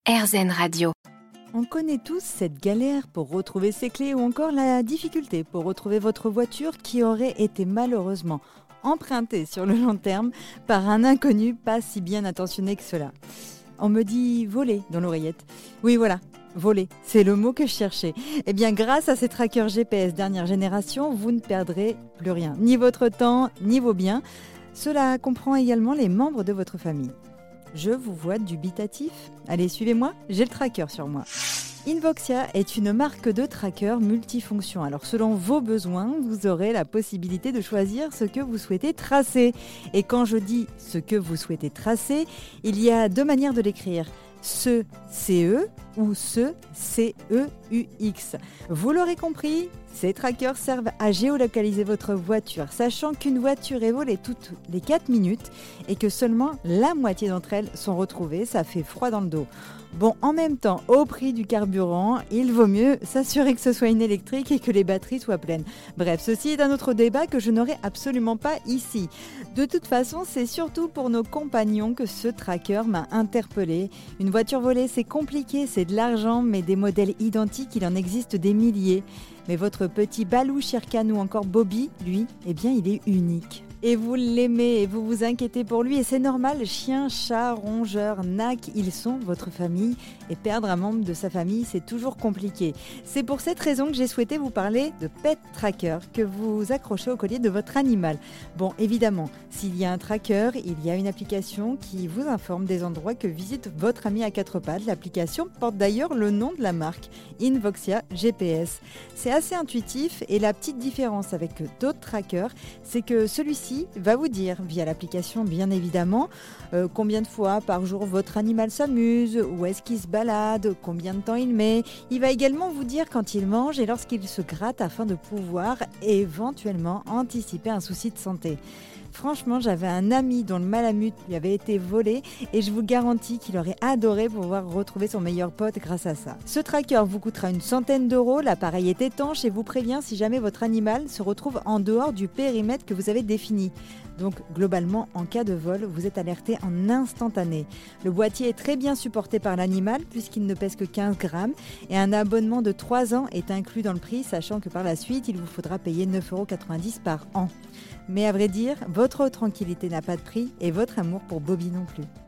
RZN Radio. On connaît tous cette galère pour retrouver ses clés ou encore la difficulté pour retrouver votre voiture qui aurait été malheureusement empruntée sur le long terme par un inconnu pas si bien intentionné que cela. On me dit voler dans l'oreillette. Oui voilà, voler, c'est le mot que je cherchais. Eh bien grâce à ces trackers GPS dernière génération, vous ne perdrez plus rien, ni votre temps, ni vos biens. Cela comprend également les membres de votre famille. Je vous vois dubitatif. Allez, suivez-moi, j'ai le tracker sur moi. Invoxia est une marque de tracker multifonction. Alors selon vos besoins, vous aurez la possibilité de choisir ce que vous souhaitez tracer. Et quand je dis ce que vous souhaitez tracer, il y a deux manières de l'écrire. Ce CE ou ce CEUX. Vous l'aurez compris, ces trackers servent à géolocaliser votre voiture, sachant qu'une voiture est volée toutes les 4 minutes et que seulement la moitié d'entre elles sont retrouvées. Ça fait froid dans le dos. Bon, en même temps, au prix du carburant, il vaut mieux s'assurer que ce soit une électrique et que les batteries soient pleines. Bref, ceci est un autre débat que je n'aurai absolument pas ici. De toute façon, c'est surtout pour nos compagnons que ce tracker m'a interpellée. Une voiture volée, c'est compliqué, c'est de l'argent, mais des modèles identiques, il en existe des milliers. Mais votre petit Balou, Sherkan ou encore Bobby, lui, eh bien, il est unique. Et vous l'aimez et vous vous inquiétez pour lui et c'est normal, chien, chat, rongeur, nac, ils sont votre famille et perdre un membre de sa famille, c'est toujours compliqué. C'est pour cette raison que j'ai souhaité vous parler de Pet Tracker que vous accrochez au collier de votre animal. Bon, évidemment, s'il y a un tracker, il y a une application qui vous informe des endroits que visite votre ami à quatre pattes. L'application porte d'ailleurs le nom de la marque, Invoxia GPS. C'est assez intuitif et la petite différence avec d'autres trackers, c'est que celui-ci va vous dire, via l'application bien évidemment, combien de fois par jour votre animal s'amuse, où est-ce qu'il se balade, combien de temps il met. Il va également vous dire quand il mange et lorsqu'il se gratte afin de pouvoir éventuellement anticiper un souci de santé. Franchement, j'avais un ami dont le malamute lui avait été volé et je vous garantis qu'il aurait adoré pouvoir retrouver son meilleur pote grâce à ça. Ce tracker vous coûtera une centaine d'euros, l'appareil est étanche et vous prévient si jamais votre animal se retrouve en dehors du périmètre que vous avez défini. Donc globalement, en cas de vol, vous êtes alerté en instantané. Le boîtier est très bien supporté par l'animal puisqu'il ne pèse que 15 grammes et un abonnement de 3 ans est inclus dans le prix, sachant que par la suite, il vous faudra payer 9,90 € par an. Mais à vrai dire, votre tranquillité n'a pas de prix et votre amour pour Bobby non plus.